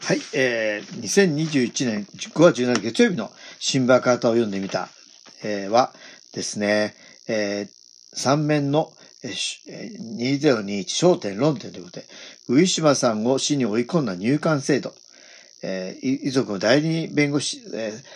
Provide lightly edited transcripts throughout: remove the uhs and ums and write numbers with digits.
はい、2021年5月17日月曜日の新聞赤旗を読んでみた、はですね、3面の2021焦点論点ということで、上島さんを死に追い込んだ入管制度、遺族の代理弁護士、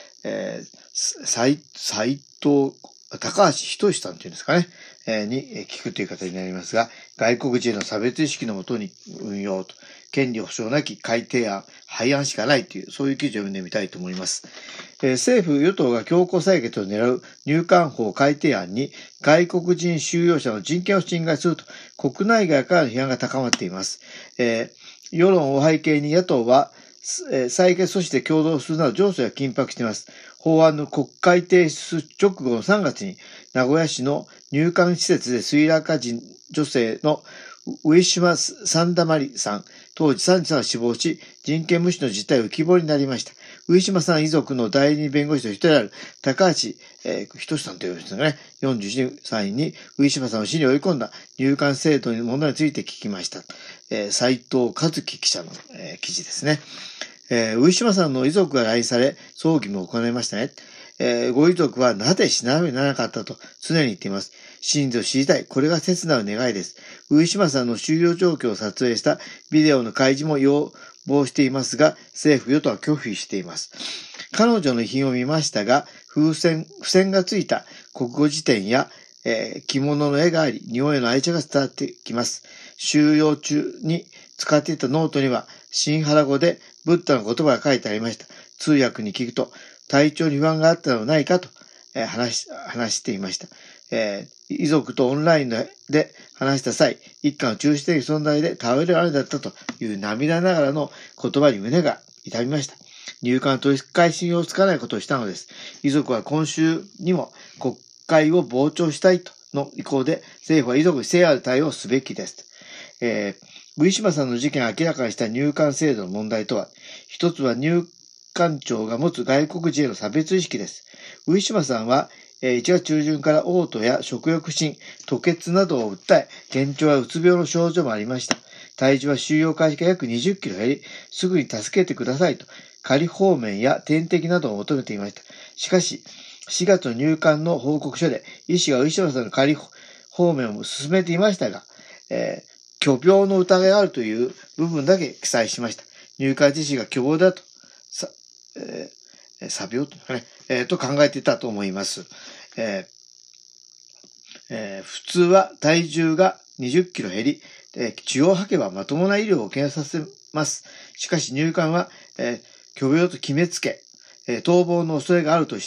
高橋仁さんというんですかね、に聞くという形になりますが、外国人の差別意識のもとに運用と、権利保障なき改定案、廃案しかないという、そういう記事を読んでみたいと思います。政府・与党が強行採決を狙う入管法改定案に、外国人収容者の人権を侵害すると、国内外からの批判が高まっています。世論を背景に野党は、採決阻止で共同するなど情勢が緊迫しています。法案の国会提出直後の3月に名古屋市の入管施設でスリランカ人女性の上島サンダマリさん、当時30歳が死亡し、人権無視の実態が浮き彫りになりました。上島さん遺族の代理人弁護士の一人である高橋仁さんという人がね、42歳に上島さんを死に追い込んだ入管制度の問題について聞きました。斉藤和樹記者の記事ですね。上島さんの遺族が来院され、葬儀も行いましたね。ご遺族はなぜ死ななければならなかったと常に言っています。真実を知りたい。これが切なる願いです。上島さんの収容状況を撮影したビデオの開示も要望していますが、政府与党は拒否しています。彼女の遺品を見ましたが、付箋がついた国語辞典や、着物の絵があり、日本への愛着が伝わってきます。収容中に使っていたノートには、シンハラ語でブッダの言葉が書いてありました。通訳に聞くと、体調に不安があったのではないかと、話していました。遺族とオンラインで話した際、一家の中心的存在で頼れる兄だったという涙ながらの言葉に胸が痛みました。入管取り返しをつかないことをしたのです。遺族は今週にも国会を傍聴したいとの意向で、政府は遺族に誠ある対応をすべきです。上島さんの事件を明らかにした入管制度の問題とは、一つは入管庁が持つ外国人への差別意識です。上島さんは1月中旬から嘔吐や食欲不振、吐血などを訴え、幻聴やうつ病の症状もありました。体重は収容開始から約20キロ減り、すぐに助けてくださいと、仮放免や点滴などを求めていました。しかし、4月の入管の報告書で、医師が上島さんの仮放免を進めていましたが、虚病の疑いがあるという部分だけ記載しました。入管自身が虚病だと、詐病とかね、と考えていたと思います。普通は体重が20キロ減り、血を吐けばまともな医療を受けさせます。しかし入管は、虚病と決めつけ、逃亡の恐れがあるとして、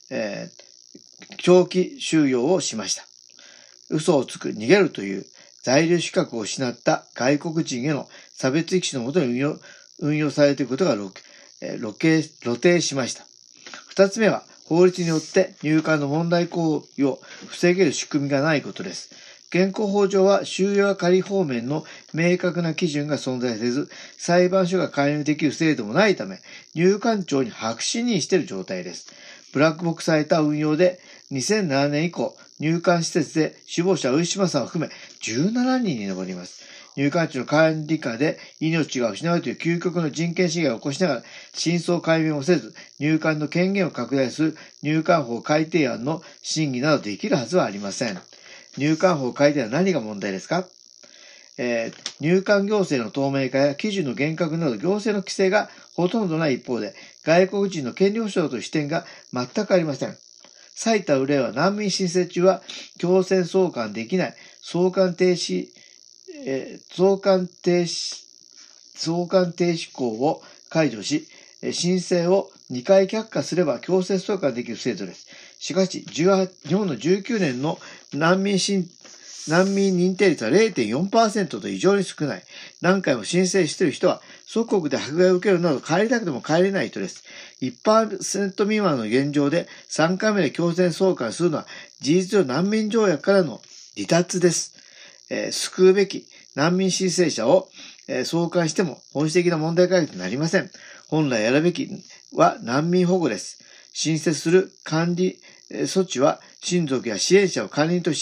長期収容をしました。嘘をつく、逃げるという在留資格を失った外国人への差別意識のもとに運用されていることが露呈しました。二つ目は、法律によって入管の問題行為を防げる仕組みがないことです。現行法上は収容や仮放免の明確な基準が存在せず、裁判所が介入できる制度もないため、入管庁に白紙にしている状態です。ブラックボックスされた運用で、2007年以降、入管施設で死亡者上島さんを含め17人に上ります。入管庁の管理下で命が失われるという究極の人権侵害を起こしながら、真相解明をせず、入管の権限を拡大する入管法改定案の審議などできるはずはありません。入管法改定案は何が問題ですか？入管行政の透明化や基準の厳格など行政の規制がほとんどない一方で、外国人の権利保障という視点が全くありません。最たる例は難民申請中は強制送還できない送還停止項を解除し、申請を2回却下すれば強制送還できる制度です。しかし、日本の19年の難民認定率は 0.4% と異常に少ない。何回も申請している人は、祖国で迫害を受けるなど帰りたくても帰れない人です。1% 未満の現状で3回目で強制送還するのは、事実上難民条約からの離脱です。救うべき難民申請者を、送還しても本質的な問題解決になりません。本来やるべきは難民保護です。新設する管理措置は親族や支援者を管理とし、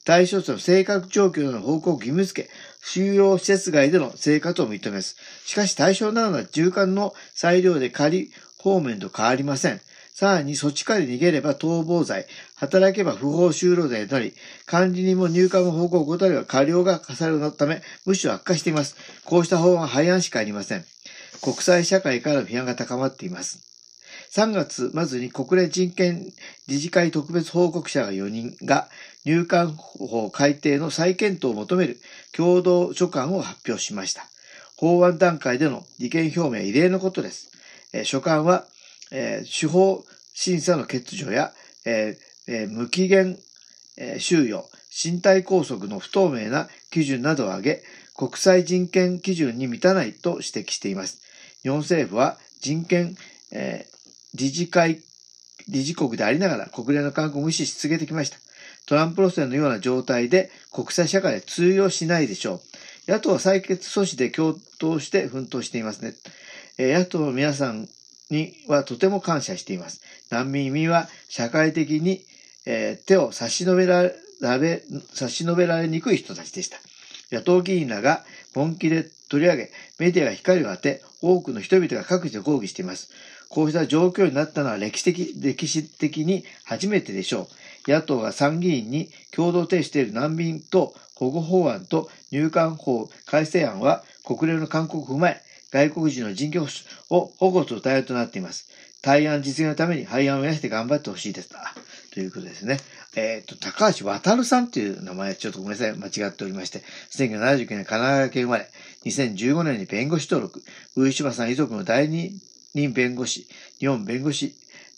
対象者の生活状況の報告を義務付け、収容施設外での生活を認めます。しかし対象なのは入管の裁量で仮放免と変わりません。さらに措置下で逃げれば逃亡罪、働けば不法就労罪となり、管理人も入管も報告を怠れば過料が課されるため、むしろ悪化しています。こうした法案は廃案しかありません。国際社会からの批判が高まっています。3月末に国連人権理事会特別報告者が4人が入管法改定の再検討を求める共同書簡を発表しました。法案段階での意見表明は異例のことです。書簡は、司法審査の欠如や、無期限、収容、身体拘束の不透明な基準などを挙げ、国際人権基準に満たないと指摘しています。日本政府は人権、理事国でありながら国連の勧告を無視し続けてきました。トランプ路線のような状態で国際社会で通用しないでしょう。野党は採決阻止で共闘して奮闘していますね。野党の皆さんにはとても感謝しています。難民移民は社会的に、手を差し伸べられにくい人たちでした。野党議員らが本気で取り上げ、メディアが光を当て、多くの人々が各自で抗議しています。こうした状況になったのは歴史的に初めてでしょう。野党が参議院に共同提出している難民と保護法案と入管法改正案は国連の勧告を踏まえ、外国人の人権を保護する対応となっています。対案実現のために廃案を目指して頑張ってほしいです。ということですね。高橋渡さんっていう名前、ちょっとごめんなさい、間違っておりまして、1979年神奈川県生まれ、2015年に弁護士登録、上島さん遺族の代理人弁護士、日本弁護士、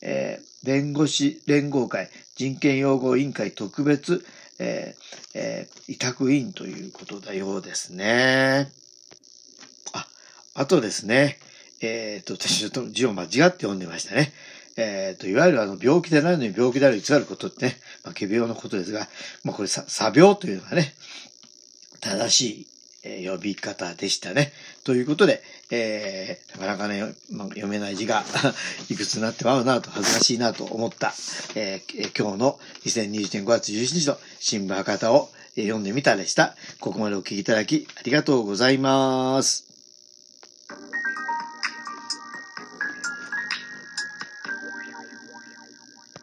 連合会人権擁護委員会特別、委託委員ということだようですね。あとですね、私ちょっと字を間違って読んでましたね。いわゆる病気でないのに病気である偽ることってね、仮病のことですが、これ詐病というのがね、正しい呼び方でしたね。ということで、なかなかね、読めない字がいくつになってまうなと、恥ずかしいなと思った、今日の2021年5月17日の新聞博多を読んでみたでした。ここまでお聞きいただきありがとうございます。